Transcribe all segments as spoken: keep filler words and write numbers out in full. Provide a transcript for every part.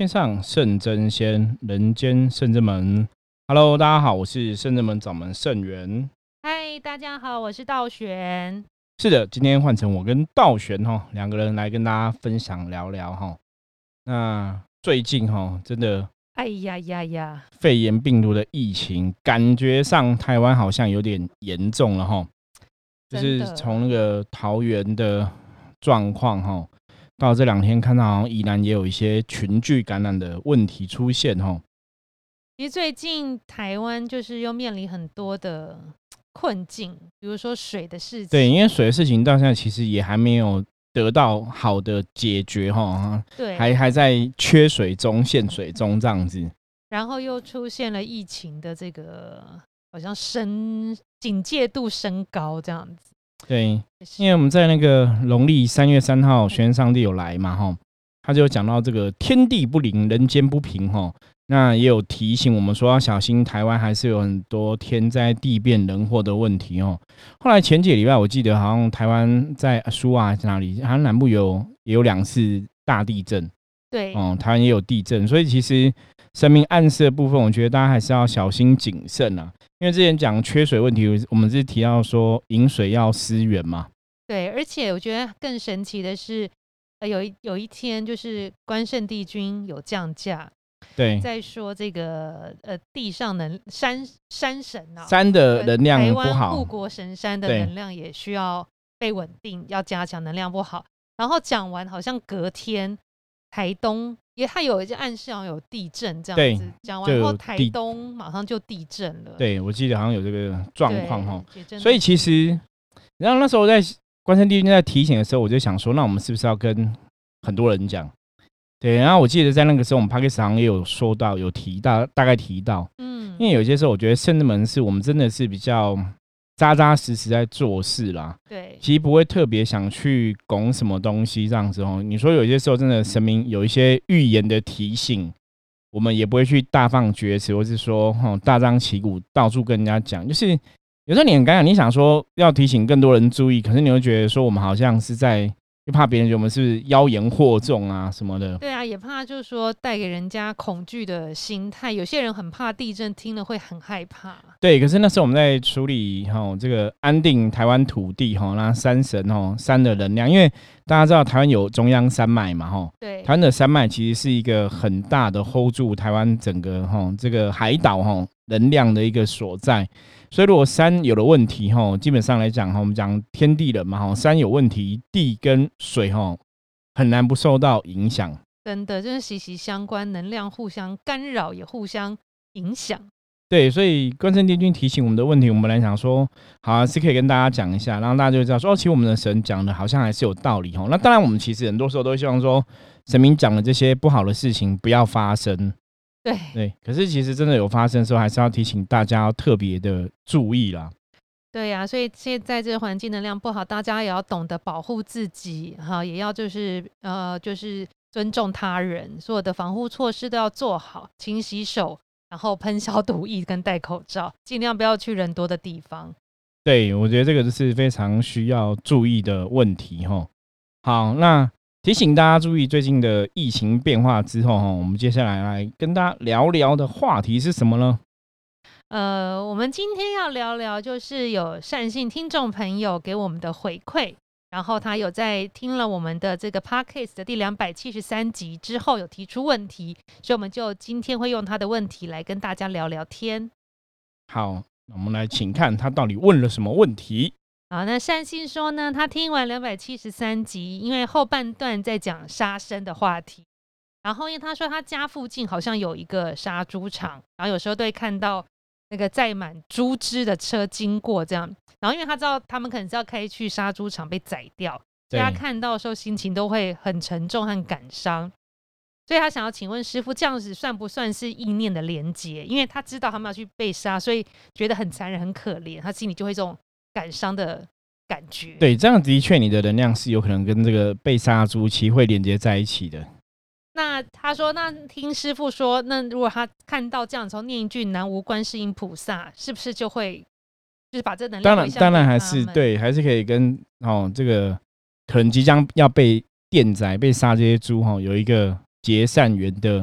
天上圣真仙，人间圣真门。Hello， 大家好，我是圣真门掌门圣元。 嗨，大家好，我是道玄。 是的，今天换成我跟道玄两个人来跟大家分享聊聊。那最近真的， 哎呀呀呀， 肺炎病毒的疫情感觉上台湾好像有点严重了，就是从那个桃园的状况到这两天看到好像宜兰也有一些群聚感染的问题出现。 其实最近台湾就是又面临很多的困境，比如说水的事情。 对，因为水的事情到现在其实也还没有得到好的解决， 对， 还还在缺水中、限水中这样子。 然后又出现了疫情的这个好像升警戒度升高这样子。 对，因为我们在那个农历三月三号，玄天上帝有来嘛，他就讲到这个天地不灵，人间不平，那也有提醒我们说要小心，台湾还是有很多天灾地变人祸的问题。后来前几个礼拜，我记得好像台湾在苏啊哪里，好像南部有也有两次大地震。 对， 哦，台湾也有地震，所以其实神明暗示的部分，我觉得大家还是要小心谨慎啊。因为之前讲缺水问题，我们是提到说饮水要思源嘛。 对，而且我觉得更神奇的是，呃、有一有一天就是关圣帝君有降价。 对， 再说这个呃，地上能山山神啊， 山的能量不好， 台湾护国神山的能量也需要被稳定，要加强，能量不好。然后讲完，好像隔天台东也它有一些暗示，好像有地震这样子。讲完后，台东马上就地震了。 对，我记得好像有这个状况哈。所以其实，然后那时候在关圣帝君在提醒的时候，我就想说，那我们是不是要跟很多人讲？对，然后我记得在那个时候，我们 Podcast 好像也有说到，有提到，大概提到，嗯，因为有些时候我觉得圣真门是我们真的是比较扎扎实实在做事啦， 对， 其实不会特别想去拱什么东西这样子哦。你说有些时候真的神明有一些预言的提醒，我们也不会去大放厥词，或是说哦大张旗鼓到处跟人家讲，就是有时候你很尴尬，你想说要提醒更多人注意，可是你会觉得说我们好像是在。就怕别人觉得我们是不是妖言惑众啊什么的。 对啊，也怕就是说带给人家恐惧的心态。有些人很怕地震，听了会很害怕。 对，可是那时候我们在处理、哦、这个安定台湾土地、哦、那山神、哦、山的能量，因为大家知道台湾有中央山脉嘛、哦、 对， 台湾的山脉其实是一个很大的 hold 住台湾整个、哦、这个海岛、哦、能量的一个所在。所以如果山有了问题，基本上来讲，我们讲天地人嘛，山有问题，地跟水很难不受到影响。 真的，真是息息相关，能量互相干扰，也互相影响。 对，所以关圣帝君提醒我们的问题，我们来想说，好、啊、是可以跟大家讲一下，然后大家就知道说，哦，其实我们的神讲的好像还是有道理。那当然，我们其实很多时候都希望说，神明讲的这些不好的事情不要发生。 对对，可是其实真的有发生的时候，还是要提醒大家要特别的注意啦。 对呀、啊，所以现在这个环境能量不好，大家也要懂得保护自己哈，也要就是呃就是尊重他人，所有的防护措施都要做好，勤洗手，然后喷消毒液跟戴口罩，尽量不要去人多的地方。 对，我觉得这个是非常需要注意的问题齁。好，那提醒大家注意最近的疫情变化之后，我们接下来来跟大家聊聊的话题是什么呢？ 呃，我们今天要聊聊，就是有善信听众朋友给我们的回馈，然后他有在听了我们的这个 Podcast 的第两百七十三集之后，有提出问题，所以我们就今天会用他的问题来跟大家聊聊天。 好，我们来请看他到底问了什么问题。 好，那善信说呢，他听完两百七十三集，因为后半段在讲杀生的话题，然后因为他说他家附近好像有一个杀猪场，然后有时候都会看到那个载满猪只的车经过这样，然后因为他知道他们可能是要开去杀猪场被宰掉，所以他看到的时候心情都会很沉重和感伤，所以他想要请问师父，这样子算不算是意念的连结？因为他知道他们要去被杀，所以觉得很残忍很可怜，他心里就会这种感伤的感觉。 对，这样的确你的能量是有可能跟这个被杀猪期会连接在一起的。 那他说，那听师父说，那如果他看到这样的时候念一句南无观世音菩萨，是不是就会就是把这能量回向给他们？ 当然当然还是对，还是可以跟哦这个可能即将要被电宰被杀这些猪、哦、有一个结善缘的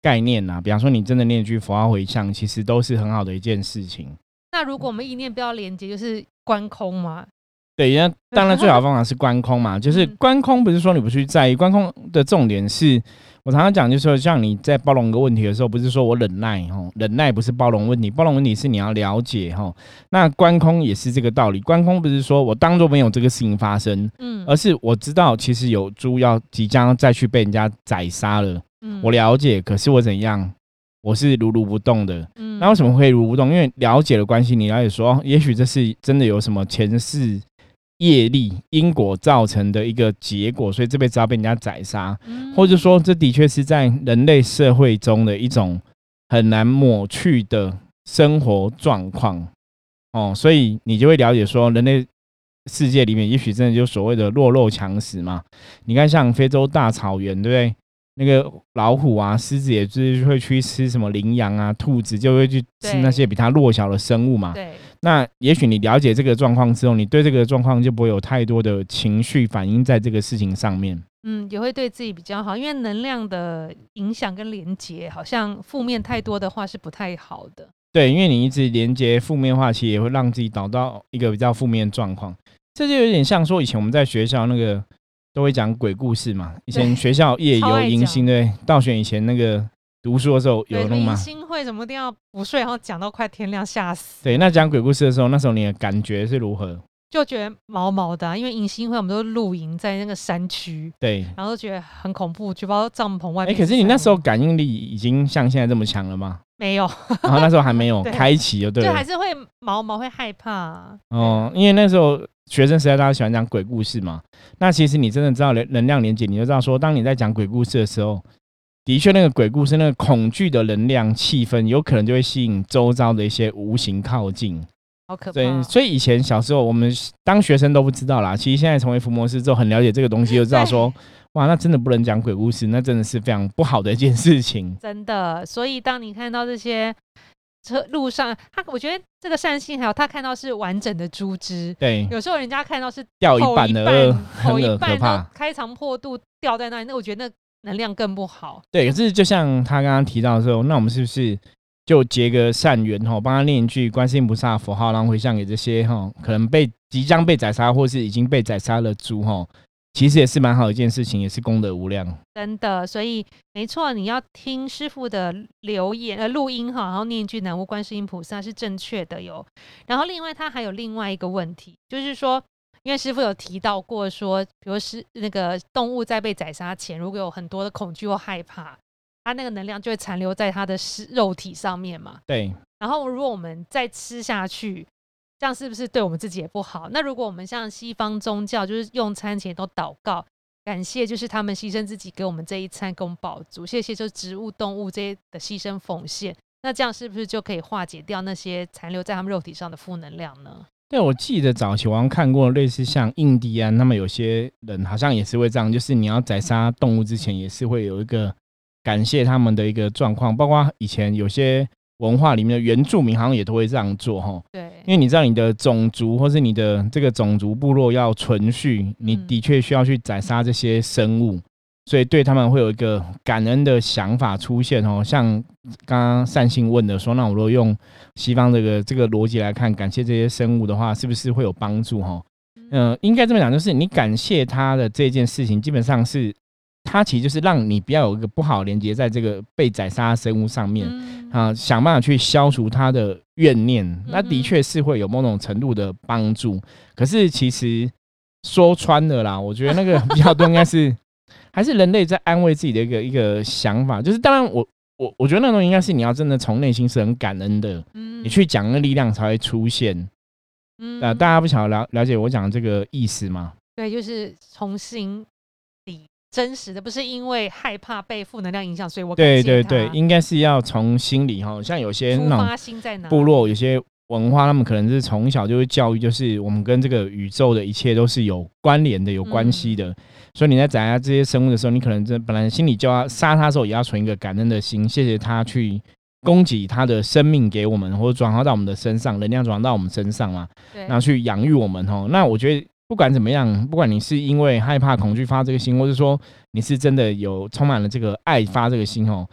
概念啊，比方说你真的念一句佛号回向，其实都是很好的一件事情。 那如果我们意念不要连接，就是观空吗？ 对，那当然最好的方法是观空嘛，就是观空不是说你不去在意，观空的重点是我常常讲，就是说像你在包容一个问题的时候，不是说我忍耐，忍耐不是包容问题，包容问题是你要了解。那观空也是这个道理，观空不是说我当作没有这个事情发生，嗯，而是我知道其实有猪要即将再去被人家宰杀了，嗯，我了解，可是我怎样？我是如如不动的，嗯，那为什么会如如不动？因为了解的关系，你了解说，也许这是真的有什么前世业力因果造成的一个结果，所以这辈子要被人家宰杀，嗯，或者说这的确是在人类社会中的一种很难抹去的生活状况，哦，所以你就会了解说，人类世界里面也许真的就所谓的弱肉强食嘛。你看像非洲大草原，对不对？那个老虎啊、狮子也是会去吃什么羚羊啊、兔子，就会去吃那些比它弱小的生物嘛。对。那也许你了解这个状况之后，你对这个状况就不会有太多的情绪反应在这个事情上面。 嗯，也会对自己比较好，因为能量的影响跟连结，好像负面太多的话是不太好的。 对，因为你一直连结负面化，其实也会让自己导到一个比较负面的状况。这就有点像说以前我们在学校那个。都会讲鬼故事嘛，以前学校夜游迎新，对，道玄以前那个读书的时候有那吗？ 迎新会什么一定要不睡，然后讲到快天亮，吓死。 对，那讲鬼故事的时候，那时候你的感觉是如何？ 就觉得毛毛的、啊，因为迎新会我们都露营在那个山区，对，然后就觉得很恐怖，就包括帐篷外面。哎、 欸，可是你那时候感应力已经像现在这么强了吗？ 没有， 然后那时候还没有开启，就对了， 就还是会毛毛会害怕、啊。 哦，因为那时候学生时代大家喜欢讲鬼故事嘛，那其实你真的知道能量连结，你就知道说，当你在讲鬼故事的时候，的确那个鬼故事那个恐惧的能量气氛，有可能就会吸引周遭的一些无形靠近。 好可怕！ 对，所以以前小时候我们当学生都不知道啦，其实现在成为伏魔师之后，很了解这个东西，就知道说，哇，那真的不能讲鬼故事，那真的是非常不好的一件事情。 真的，所以当你看到这些车路上，他我觉得这个善信还有他看到是完整的猪只，对，有时候人家看到是掉一半的， 头一半都开肠破肚掉在那里，那我觉得那能量更不好。 对，可是就像他刚刚提到的时候，那我们是不是就结个善缘，帮他念一句观世音菩萨佛号，然后回向给这些可能被即将被宰杀或是已经被宰杀的猪，其实也是蛮好的一件事情，也是功德无量。 真的，所以没错，你要听师父的留言呃录音然后念一句南无观世音菩萨是正确的哟。然后另外他还有另外一个问题，就是说因为师父有提到过说，比如是那个动物在被宰杀前，如果有很多的恐惧或害怕，它那个能量就会残留在它的肉体上面嘛。 对。 然后如果我们再吃下去，这样是不是对我们自己也不好？那如果我们像西方宗教，就是用餐前都祷告，感谢就是他们牺牲自己给我们这一餐，给我们饱足，谢谢就是植物、动物这些的牺牲奉献，那这样是不是就可以化解掉那些残留在他们肉体上的负能量呢？ 对，我记得早期我好像看过类似像印第安，他们有些人好像也是会这样，就是你要宰杀动物之前，也是会有一个感谢他们的一个状况，包括以前有些文化里面的原住民好像也都会这样做。对，因为你知道你的种族或是你的这个种族部落要存续，你的确需要去宰杀这些生物，所以对他们会有一个感恩的想法出现。像刚刚善信问的说，那我如果用西方这个这个逻辑来看，感谢这些生物的话，是不是会有帮助？嗯、呃，应该这么讲，就是你感谢他的这件事情，基本上是它其实就是让你不要有一个不好的连接在这个被宰杀的生物上面、嗯啊、想办法去消除它的怨念，那的确是会有某种程度的帮助。可是其实说穿了啦，我觉得那个比较多应该是还是人类在安慰自己的一个一个想法，就是当然我我我觉得那种应该是你要真的从内心是很感恩的、嗯、你去讲那力量才会出现、嗯呃、大家不晓得 了, 了解我讲的这个意思吗？ 对，就是重新真实的，不是因为害怕被负能量影响，所以我感谢他。对对对， 应该是要从心里，像有些那种部落，有些文化，他们可能是从小就会教育，就是我们跟这个宇宙的一切都是有关联的、有关系的、嗯。所以你在宰杀这些生物的时候，你可能本来心里就要杀它的时候，也要存一个感恩的心，谢谢他去供给他的生命给我们，或者转化到我们的身上，能量转化到我们身上嘛，然后去养育我们。那我觉得不管怎么样，不管你是因为害怕恐惧发这个心，或是说你是真的有充满了这个爱发这个心，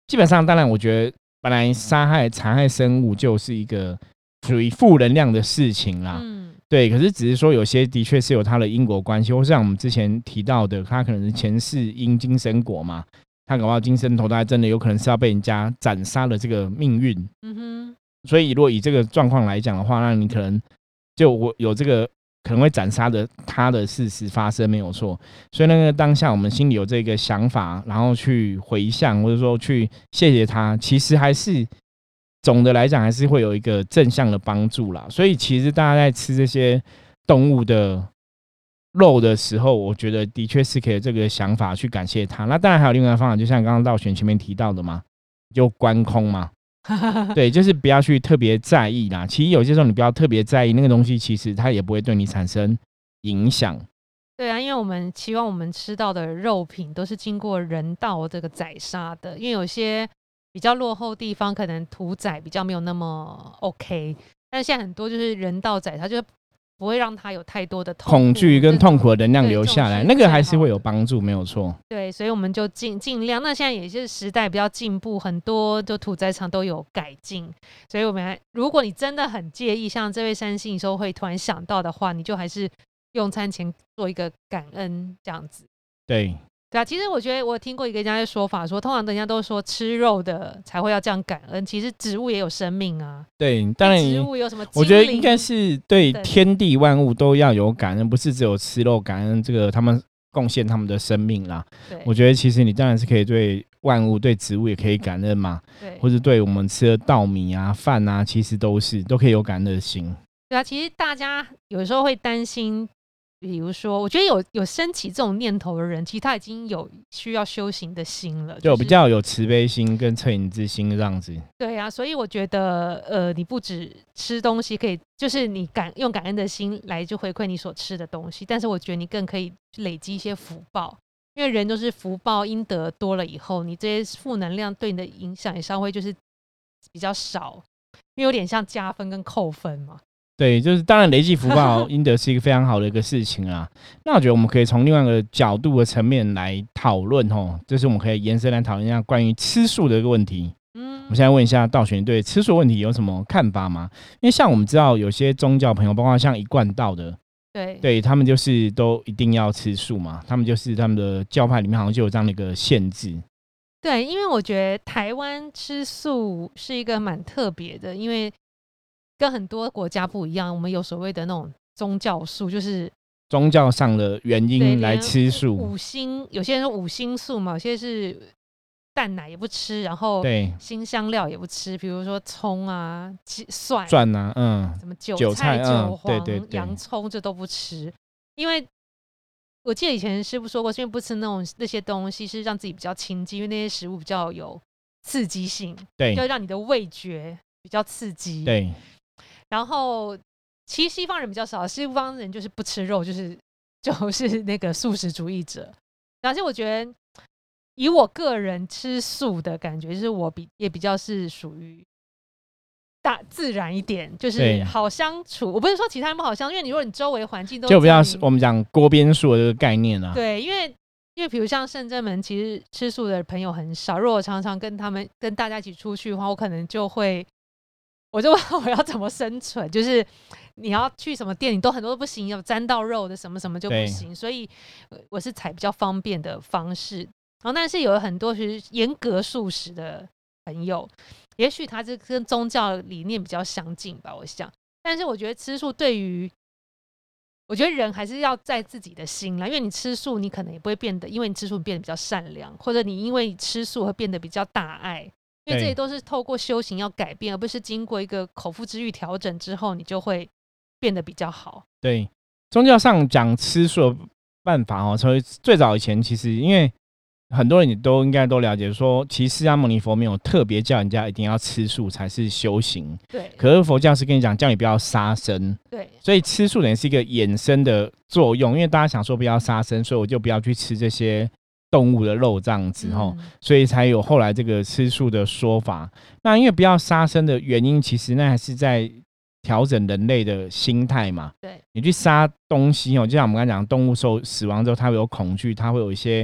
基本上当然我觉得本来杀害残害生物就是一个属于负能量的事情啦，嗯，对，可是只是说有些的确是有它的因果关系，或像我们之前提到的，它可能是前世因今生果嘛，他搞不好今生投胎真的有可能是要被人家斩杀的这个命运，嗯哼，所以如果以这个状况来讲的话，那你可能就我有这个可能会斩杀的他的事实发生没有错，所以那个当下我们心里有这个想法，然后去回向或者说去谢谢他，其实还是总的来讲还是会有一个正向的帮助啦。所以其实大家在吃这些动物的肉的时候，我觉得的确是可以有这个想法去感谢他。那当然还有另外一个方法，就像刚刚道玄前面提到的嘛，就观空嘛。对，就是不要去特别在意啦。其实有些时候你不要特别在意那个东西，其实它也不会对你产生影响。 对啊，因为我们期望我们吃到的肉品都是经过人道这个宰杀的，因为有些比较落后地方可能屠宰比较没有那么 OK， 但是现在很多就是人道宰，它就不会让他有太多的痛恐惧跟痛苦的能量留下来，那个还是会有帮助，没有错。 对，所以我们就尽尽量。那现在也是时代比较进步，很多的屠宰场都有改进，所以我们还如果你真的很介意，像这位山信收会突然想到的话，你就还是用餐前做一个感恩这样子。 对。 对啊，其实我觉得我听过一个人家的说法说，通常人家都说吃肉的才会要这样感恩，其实植物也有生命啊。 对，当然植物有什么？ 我觉得应该是对天地万物都要有感恩，不是只有吃肉感恩这个他们贡献他们的生命啦。我觉得其实你当然是可以对万物、对植物也可以感恩嘛，对，或者对我们吃的稻米啊、饭啊，其实都是都可以有感恩的心。 对啊，其实大家有时候会担心。比如说，我觉得有有升起这种念头的人，其实他已经有需要修行的心了， 就、就是、比较有慈悲心跟恻隐之心这样子。 对啊，所以我觉得，呃，你不止吃东西可以，就是你感用感恩的心来就回馈你所吃的东西，但是我觉得你更可以累积一些福报，因为人都是福报阴德多了以后，你这些负能量对你的影响也稍微就是比较少，因为有点像加分跟扣分嘛。 对，就是当然累积福报阴德是一个非常好的一个事情啦。那我觉得我们可以从另外一个角度的层面来讨论哦，就是我们可以延伸来讨论一下关于吃素的一个问题。嗯，我们现在问一下道玄对吃素问题有什么看法吗？因为像我们知道有些宗教朋友，包括像一贯道的， 对， 对他们就是都一定要吃素嘛，他们就是他们的教派里面好像就有这样的一个限制。 对，因为我觉得台湾吃素是一个蛮特别的，因为跟很多国家不一样，我们有所谓的那种宗教素，就是宗教上的原因来吃素。 五星，有些人说五星素嘛，有些是蛋奶也不吃，然后辛香料也不吃，比如说葱啊、蒜、 蒜啊，嗯， 什么韭菜、韭黄、 嗯、对对对洋葱，这都不吃。因为我记得以前师父说过，因为不吃那种那些东西是让自己比较清净，因为那些食物比较有刺激性， 对， 就让你的味觉比较刺激， 对。 然后其实西方人比较少，西方人就是不吃肉，就是就是那个素食主义者。而且我觉得以我个人吃素的感觉，就是我比也比较是属于大自然一点，就是好相处。我不是说其他人不好相处，因为你如果你周围环境都就比较我们讲锅边素的这个概念啊。 对，因为因为比如像圣真门，其实吃素的朋友很少。如果我常常跟他们跟大家一起出去的话，我可能就会。我就问我要怎么生存，就是你要去什么店，你都很多都不行，有沾到肉的什么什么就不行，所以我是采比较方便的方式。然后但是有很多是严格素食的朋友，也许他这跟宗教理念比较相近吧，我想。但是我觉得吃素对于，我觉得人还是要在自己的心啦，因为你吃素，你可能也不会变得，因为你吃素你变得比较善良，或者你因为吃素会变得比较大爱。因为这些都是透过修行要改变，而不是经过一个口腹之欲调整之后，你就会变得比较好。 对，宗教上讲吃素的办法哦，所以最早以前其实因为很多人也都应该都了解说，其实释迦牟尼佛没有特别叫人家一定要吃素才是修行。 对。 可是佛教是跟你讲，叫你不要杀生。 对。 所以吃素等于是一个衍生的作用，因为大家想说不要杀生，所以我就不要去吃这些。动物的肉这样子、嗯、所以才有后来这个吃素的说法。那因为不要杀生的原因，其实那还是在调整人类的心态嘛。 对， 你去杀东西，就像我们刚才讲，动物受死亡之后，它会有恐惧，它会有一些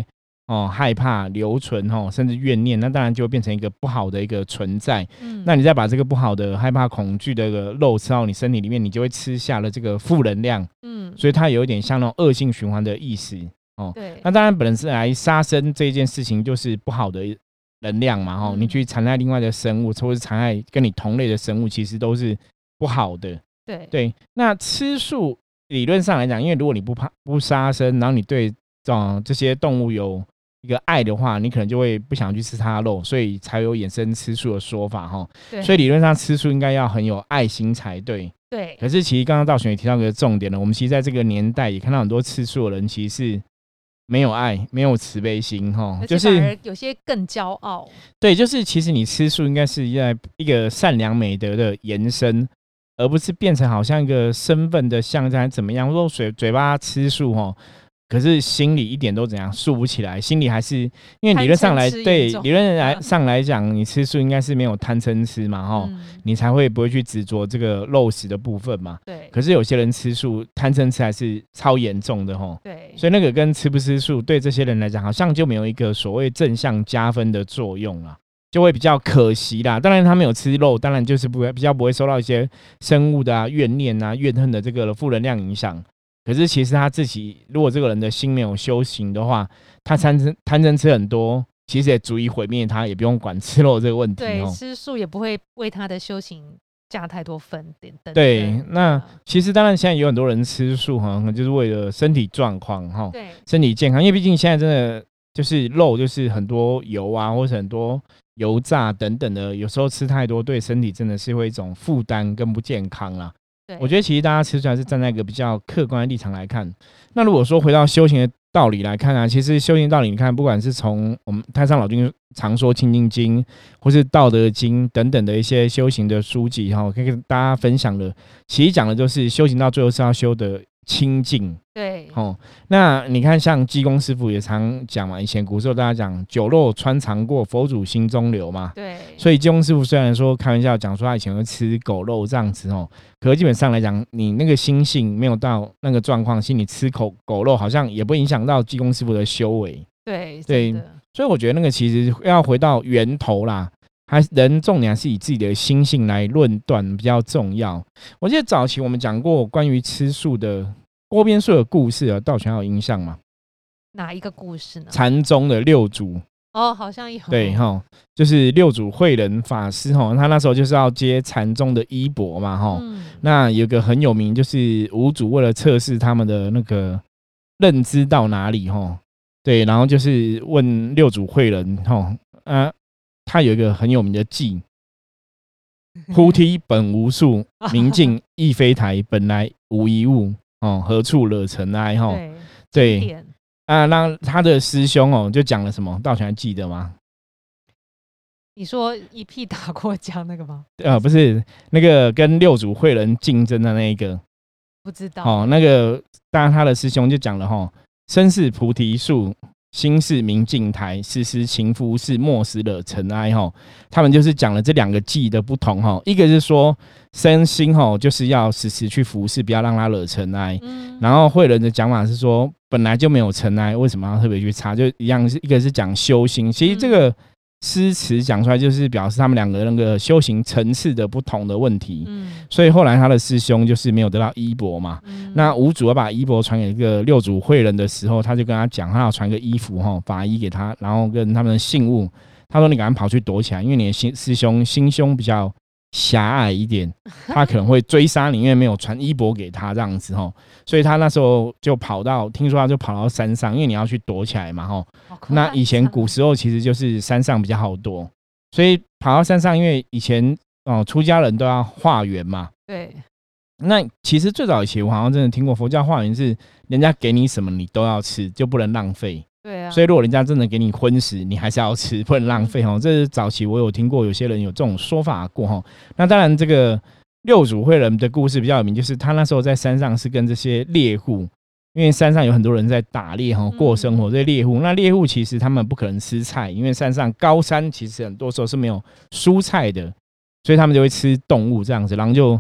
哦，害怕、留存哦，甚至怨念，那当然就会变成一个不好的一个存在。 嗯， 那你再把这个不好的、害怕、恐惧的个肉吃到你身体里面，你就会吃下了这个负能量。 嗯， 所以它有一点像那种恶性循环的意思哦。 对， 那当然，本身来杀生这件事情就是不好的能量嘛，哦， 嗯你去残害另外的生物，或是残害跟你同类的生物，其实都是不好的。 对， 对，那吃素理论上来讲，因为如果你不怕不杀生，然后你对这这些动物有一个爱的话，你可能就会不想去吃它的肉，所以才有衍生吃素的说法哈。 对， 所以理论上吃素应该要很有爱心才对。 对， 可是其实刚刚道玄也提到一个重点了，我们其实在这个年代也看到很多吃素的人其实是没有爱、没有慈悲心哈，就是有些更骄傲。 对，就是其实你吃素应该是在一个善良美德的延伸，而不是变成好像一个身份的象征，怎么样？说嘴嘴巴吃素哈。可是心里一点都怎样竖不起来，心里还是因为理论上来对理论来上来讲，你吃素应该是没有贪嗔痴嘛，哈、嗯，你才会不会去执着这个肉食的部分嘛。 对。 可是有些人吃素贪嗔痴还是超严重的哈。 对。 所以那个跟吃不吃素对这些人来讲，好像就没有一个所谓正向加分的作用啦，就会比较可惜啦。当然他没有吃肉，当然就是不会比较不会受到一些生物的啊怨念啊怨恨的这个负能量影响。可是其实他自己，如果这个人的心没有修行的话，他贪嗔贪嗔吃很多，其实也足以毁灭他，也不用管吃肉这个问题。 对，吃素也不会为他的修行加太多分点。 对，那其实当然现在有很多人吃素哈，就是为了身体状况哈， 对， 身体健康，因为毕竟现在真的就是肉就是很多油啊，或者很多油炸等等的，有时候吃太多对身体真的是会一种负担跟不健康啦。我觉得其实大家吃出来是站在一个比较客观的立场来看。那如果说回到修行的道理来看啊，其实修行道理你看，不管是从我们太上老君常说《清净经》，或是《道德经》等等的一些修行的书籍哈，可以跟大家分享的，其实讲的就是修行到最后是要修的清净。 对， 哦，那你看，像济公师父也常讲嘛，以前古时候大家讲酒肉穿肠过，佛祖心中留嘛。 对， 所以济公师父虽然说开玩笑讲说他以前会吃狗肉这样子哦，可是基本上来讲，你那个心性没有到那个状况，其实你吃口狗肉好像也不影响到济公师父的修为。 对对，所以我觉得那个其实要回到源头啦。还人重点还是以自己的心性来论断比较重要。我记得早期我们讲过关于吃素的锅边素的故事啊，道玄有印象吗？ 哪一个故事呢？ 禅宗的六祖哦，好像有。 对哈，就是六祖慧能法师哈，他那时候就是要接禅宗的衣钵嘛哈、嗯。那有个很有名，就是五祖为了测试他们的那个认知到哪里哈，对，然后就是问六祖慧能哈啊。他有一个很有名的偈：菩提本无树，明镜亦非台，本来无一物，哦，何处惹尘埃？哈，对啊，让他的师兄哦，就讲了什么？道玄还记得吗？ 你说一屁打过江那个吗？ 呃，不是，那个跟六祖慧能竞争的那一个， 不知道。 哦，那个当然他的师兄就讲了哈，身是菩提树。心是明镜台，时时勤拂拭，莫使惹尘埃。他们就是讲了这两个偈的不同，一个是说身心就是要时时去拂拭，不要让它惹尘埃、嗯、然后慧能的讲法是说本来就没有尘埃，为什么要特别去擦，就一样，一个是讲修心。其实这个诗词讲出来就是表示他们两个那个修行层次的不同的问题、嗯、所以后来他的师兄就是没有得到衣钵嘛、嗯、那五祖要把衣钵传给这个六祖慧能的时候，他就跟他讲他要传个衣服法衣给他，然后跟他们的信物，他说你赶快跑去躲起来，因为你的师兄心胸比较狭隘一点，他可能会追杀你，因为没有传衣钵给他这样子，所以他那时候就跑到，听说他就跑到山上，因为你要去躲起来嘛。那以前古时候其实就是山上比较好躲，所以跑到山上，因为以前、哦、出家人都要化缘嘛。 对。 那其实最早以前我好像真的听过佛教化缘是人家给你什么你都要吃，就不能浪费。 对啊， 所以如果人家真的给你荤食，你还是要吃，不能浪费、嗯、这是早期我有听过有些人有这种说法过。那当然这个六祖慧能的故事比较有名，就是他那时候在山上是跟这些猎户，因为山上有很多人在打猎过生活，这些猎户，那猎户其实他们不可能吃菜，因为山上高山其实很多时候是没有蔬菜的，所以他们就会吃动物这样子，然后就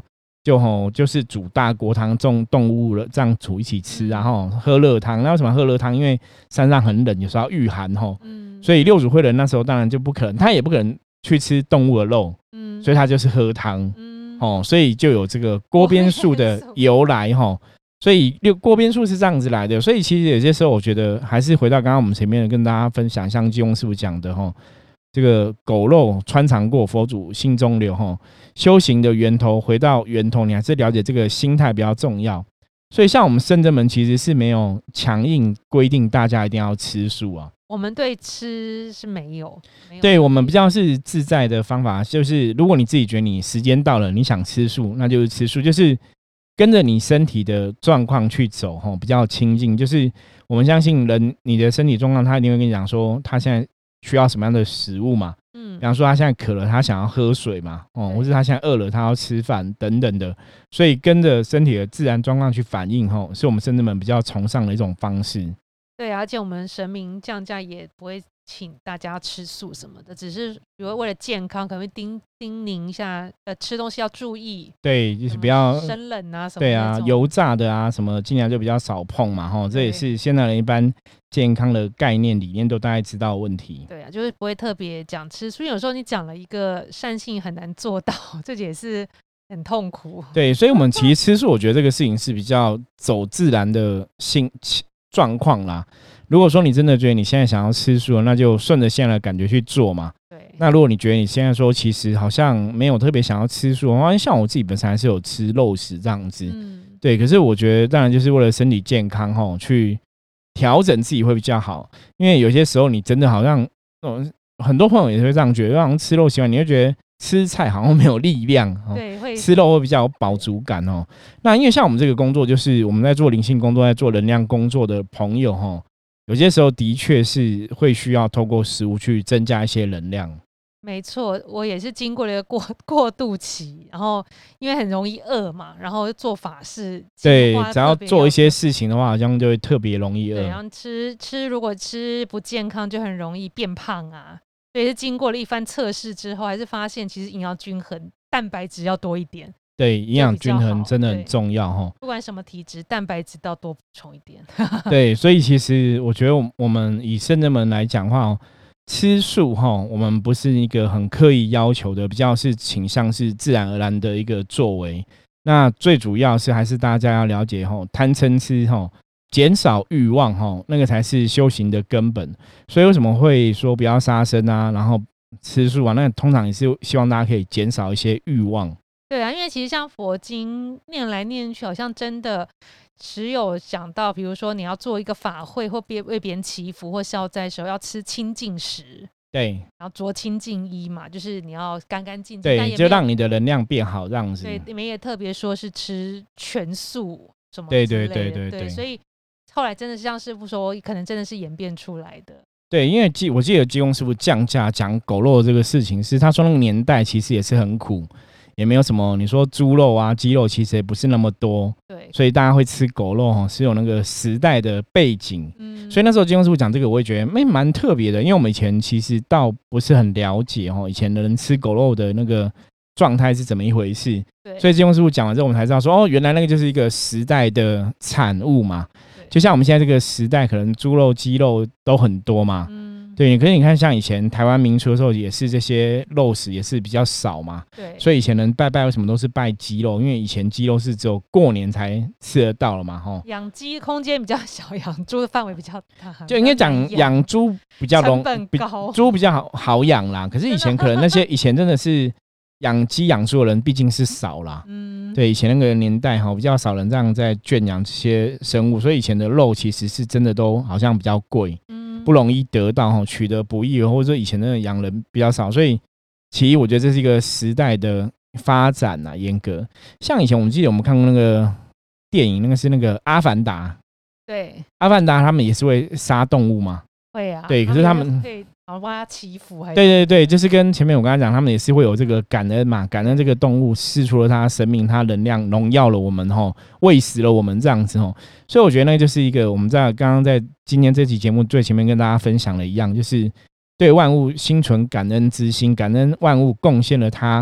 就吼就是煮大锅汤，种动物了这样煮一起吃，然后喝热汤。那为什么喝热汤？因为山上很冷，有时候要御寒吼，嗯，所以六祖慧能那时候当然就不可能，他也不可能去吃动物的肉，嗯，所以他就是喝汤，嗯，哦，所以就有这个锅边素的由来吼。所以锅边素是这样子来的。所以其实有些时候我觉得还是回到刚刚我们前面跟大家分享，像济公师傅讲的吼，这个狗肉穿肠过，佛祖心中留吼。修行的源头，回到源头，你还是了解这个心态比较重要。所以像我们圣真门其实是没有强硬规定大家一定要吃素啊。 我们对吃是没有，没有对，我们比较是自在的方法，就是如果你自己觉得你时间到了，你想吃素，那就是吃素，就是跟着你身体的状况去走，比较亲近。就是我们相信人，你的身体状况，他一定会跟你讲说，他现在需要什么样的食物嘛。嗯，比方说他现在渴了，他想要喝水嘛，哦，或是他现在饿了，他要吃饭等等的，所以跟着身体的自然状况去反应，吼，是我们圣真门比较崇尚的一种方式。 对，而且我们神明降价也不会请大家吃素什么的，只是比如为了健康，可能会叮叮咛一下，呃，吃东西要注意， 对，就是不要生冷啊什么的， 对啊，油炸的啊什么，尽量就比较少碰嘛，吼，这也是现在人一般健康的概念理念都大概知道的问题。 对啊，就是不会特别讲吃素，因为有时候你讲了一个善性很难做到，这也是很痛苦。 对，所以我们其实吃素，我觉得这个事情是比较走自然的性状况啦。如果说你真的觉得你现在想要吃素，那就顺着现在的感觉去做嘛。对。那如果你觉得你现在说其实好像没有特别想要吃素的话，像我自己本身还是有吃肉食这样子。嗯。对，可是我觉得当然就是为了身体健康吼，去调整自己会比较好。因为有些时候你真的好像，嗯，很多朋友也会这样觉得，好像吃肉习惯，你会觉得吃菜好像没有力量，对，会吃肉会比较有饱足感哦。那因为像我们这个工作，就是我们在做灵性工作、在做能量工作的朋友哈，有些时候的确是会需要透过食物去增加一些能量。 没错，我也是经过了一个 过, 过渡期，然后因为很容易饿嘛，然后做法事， 对，只要做一些事情的话，好像就会特别容易饿。 对，然后吃吃如果吃不健康，就很容易变胖啊。所以是经过了一番测试之后，还是发现其实营养均衡，蛋白质要多一点。 对，营养均衡真的很重要哈。 不管什么体质，蛋白质都要多补充一点。 对，所以其实我觉得我们以圣真门来讲话，吃素哈，我们不是一个很刻意要求的，比较是倾向是自然而然的一个作为。那最主要是还是大家要了解哈，贪嗔痴哈。减少欲望，那个才是修行的根本。所以为什么会说不要杀生啊，然后吃素啊，那通常也是希望大家可以减少一些欲望。 对啊，因为其实像佛经念来念去，好像真的只有讲到比如说你要做一个法会或为别人祈福或消灾的时候要吃清净食， 对， 然后着清净衣嘛，就是你要干干净净， 对，就让你的能量变好这样子。 对，你们也特别说是吃全素什么之类的， 对对对对 对, 对，所以后来真的是像师父说，可能真的是演变出来的。 对，因为我记得济公师父降价讲狗肉这个事情，是他说那个年代其实也是很苦，也没有什么你说猪肉啊、鸡肉，其实也不是那么多。对，所以大家会吃狗肉是有那个时代的背景。嗯，所以那时候济公师父讲这个，我也觉得蛮蛮特别的，因为我们以前其实倒不是很了解以前的人吃狗肉的那个状态是怎么一回事。对，所以济公师父讲完之后，我们才知道说，哦，原来那个就是一个时代的产物嘛。就像我们现在这个时代，可能猪肉、鸡肉都很多嘛，嗯，对。可是你看，像以前台湾民初的时候，也是这些肉食也是比较少嘛，对。所以以前人拜拜为什么都是拜鸡肉？因为以前鸡肉是只有过年才吃得到了嘛，吼。 养鸡空间比较小，养猪的范围比较大， 就应该讲养猪比较容易，猪比较好好养啦。可是以前可能那些以前真的是养鸡养猪的人毕竟是少啦，嗯，对，以前那个年代哈比较少人这样在圈养这些生物，所以以前的肉其实是真的都好像比较贵，嗯，不容易得到哈，取得不易，或者说以前的养人比较少，所以其实我觉得这是一个时代的发展啊，严格。像以前我们记得我们看过那个电影，那个是那个《阿凡达》， 对，《 阿凡达》他们也是会杀动物嘛， 会啊， 对，可是他们对。然后帮他祈福，还对对对，就是跟前面我刚才讲，他们也是会有这个感恩嘛，感恩这个动物释出了它生命，它能量荣耀了我们吼，喂食了我们这样子吼，所以我觉得那就是一个我们在刚刚在今天这期节目最前面跟大家分享的一样，就是对万物心存感恩之心，感恩万物贡献了它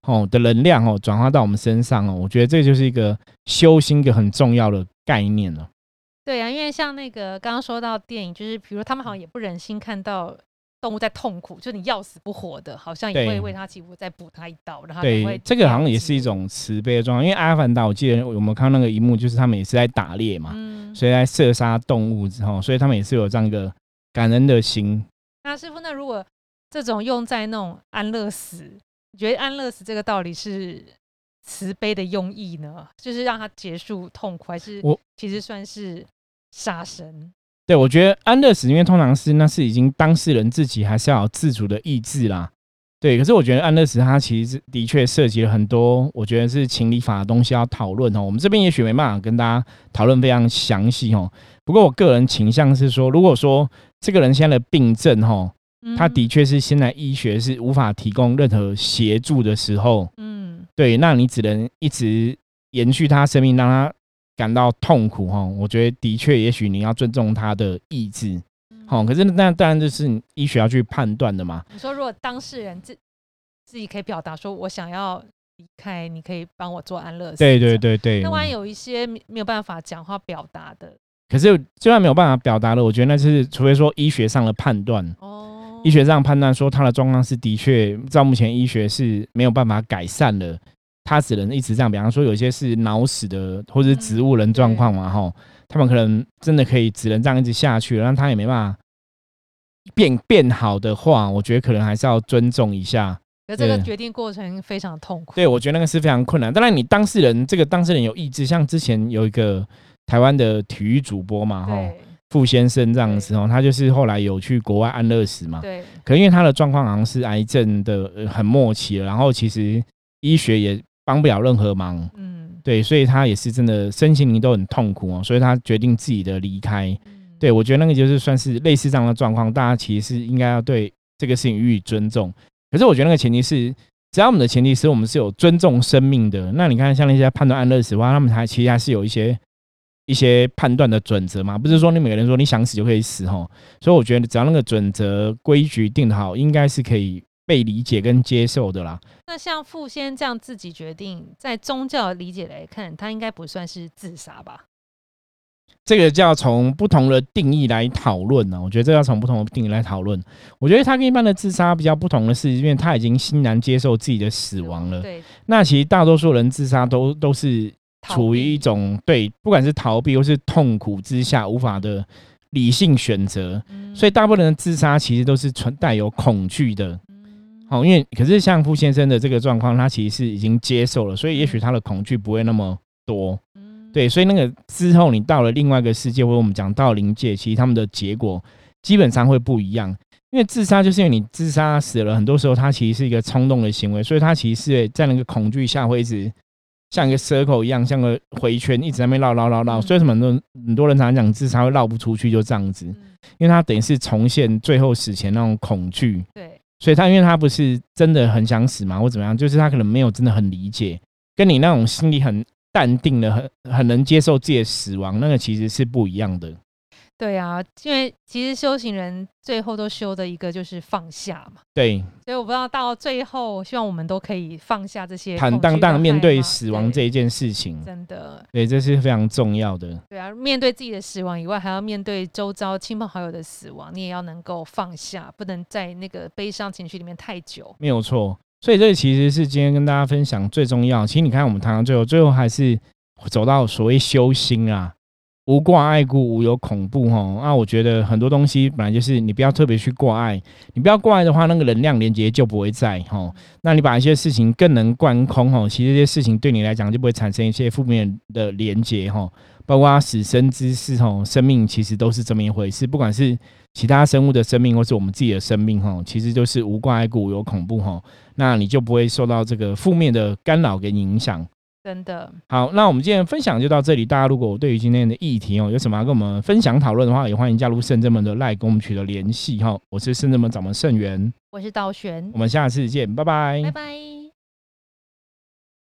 哦的能量哦转化到我们身上哦，我觉得这就是一个修心一个很重要的概念了。 对啊，因为像那个刚刚说到电影，就是比如他们好像也不忍心看到动物在痛苦，就你要死不活的，好像也会为他祈福，再补他一刀，然后也会对，这个好像也是一种慈悲的状况。因为阿凡达，我记得我们看到那个一幕，就是他们也是在打猎嘛，嗯、所以在射杀动物之后，所以他们也是有这样一个感恩的心。 那师父，那如果这种用在那种安乐死，你觉得安乐死这个道理是慈悲的用意呢？就是让他结束痛苦，还是其实算是杀生？ 对，我觉得安乐死，因为通常是那是已经当事人自己还是要有自主的意志啦。对，可是我觉得安乐死它其实的确涉及了很多，我觉得是情理法的东西要讨论哦。我们这边也许没办法跟大家讨论非常详细哦。不过我个人倾向是说，如果说这个人现在的病症哦，他的确是现在医学是无法提供任何协助的时候，嗯，对，那你只能一直延续他生命，让他感到痛苦哈，我觉得的确，也许你要尊重他的意志，好、嗯，可是那当然就是医学要去判断的嘛。 你说，如果当事人自自己可以表达说，我想要离开，你可以帮我做安乐死， 对对对对。 那万一有一些没有办法讲话表达的， 可是就算没有办法表达的，我觉得那是除非说医学上的判断哦，医学上判断说他的状况是的确，照目前医学是没有办法改善的。他只能一直这样，比方说有些是脑死的或者是植物人状况嘛、嗯、他们可能真的可以只能这样一直下去，让他也没办法 变, 变好的话，我觉得可能还是要尊重一下。 可是这个决定过程非常痛苦。 对，我觉得那个是非常困难。当然你当事人，这个当事人有意志，像之前有一个台湾的体育主播嘛，傅先生这样子，他就是后来有去国外安乐死嘛。 对。 可因为他的状况好像是癌症的、呃、很末期了，然后其实医学也帮不了任何忙，嗯，对，所以他也是真的身心灵都很痛苦哦，所以他决定自己的离开。嗯、对，我觉得那个就是算是类似这样的状况，大家其实是应该要对这个事情予以尊重。可是我觉得那个前提是，只要我们的前提是我们是有尊重生命的。那你看，像那些判断安乐死的话，他们还其实还是有一些一些判断的准则嘛，不是说你每个人说你想死就可以死哦。所以我觉得只要那个准则规矩定得好，应该是可以被理解跟接受的啦。 那像傅先这样自己决定，在宗教的理解来看，他应该不算是自杀吧？ 这个就要从不同的定义来讨论呢。我觉得这要从不同的定义来讨论。我觉得他跟一般的自杀比较不同的是，因为他已经欣然接受自己的死亡了。对。那其实大多数人自杀都都是处于一种对，不管是逃避或是痛苦之下无法的理性选择，嗯、所以大部分人的自杀其实都是存带有恐惧的。好，因为可是像傅先生的这个状况，他其实是已经接受了，所以也许他的恐惧不会那么多。对，所以那个之后你到了另外一个世界，或者我们讲到灵界，其实他们的结果基本上会不一样。因为自杀就是因为你自杀死了，很多时候它其实是一个冲动的行为，所以它其实是在那个恐惧下会一直像一个 circle 一样，像个回圈一直在那边绕绕绕绕。所以什么很多很多人常常讲自杀会绕不出去，就这样子，因为他等于是重现最后死前那种恐惧。对，所以他因为他不是真的很想死嘛，或怎么样，就是他可能没有真的很理解，跟你那种心里很淡定的很很能接受自己的死亡，那个其实是不一样的。 对啊，因为其实修行人最后都修的一个就是放下嘛。 对， 所以我不知道到最后，希望我们都可以放下这些坦荡荡面对死亡这一件事情。 真的， 对，这是非常重要的。 对啊，面对自己的死亡以外，还要面对周遭亲朋好友的死亡，你也要能够放下，不能在那个悲伤情绪里面太久。 没有错，所以这其实是今天跟大家分享最重要。其实你看，我们谈到最后，最后还是走到所谓修心啊。无挂碍故，无有恐怖齁。那我觉得很多东西本来就是你不要特别去挂碍，你不要挂碍的话，那个能量连接就不会在齁。那你把一些事情更能贯空齁，其实这些事情对你来讲就不会产生一些负面的连接齁。包括死生之事齁，生命其实都是这么一回事，不管是其他生物的生命，或是我们自己的生命齁，其实就是无挂碍故，无有恐怖齁。那你就不会受到这个负面的干扰跟影响。 真的好，那我们今天分享就到这里。大家如果对于今天的议题、哦、有什么要跟我们分享讨论的话，也欢迎加入圣真门的 LINE 跟我们取得联系、哦、我是圣真门掌门圣元， 我是道玄， 我们下次见，拜拜， 拜拜。